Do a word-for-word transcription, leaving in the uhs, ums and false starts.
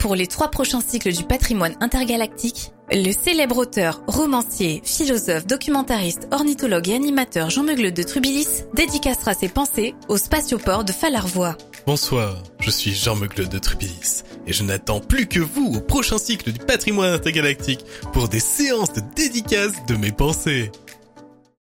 Pour les trois prochains cycles du patrimoine intergalactique, le célèbre auteur, romancier, philosophe, documentariste, ornithologue et animateur Jean Meugleux de Trubilis dédicacera ses pensées au spatioport de Falarvoie. Bonsoir, je suis Jean Meugleux de Trubilis et je n'attends plus que vous au prochain cycle du patrimoine intergalactique pour des séances de dédicaces de mes pensées.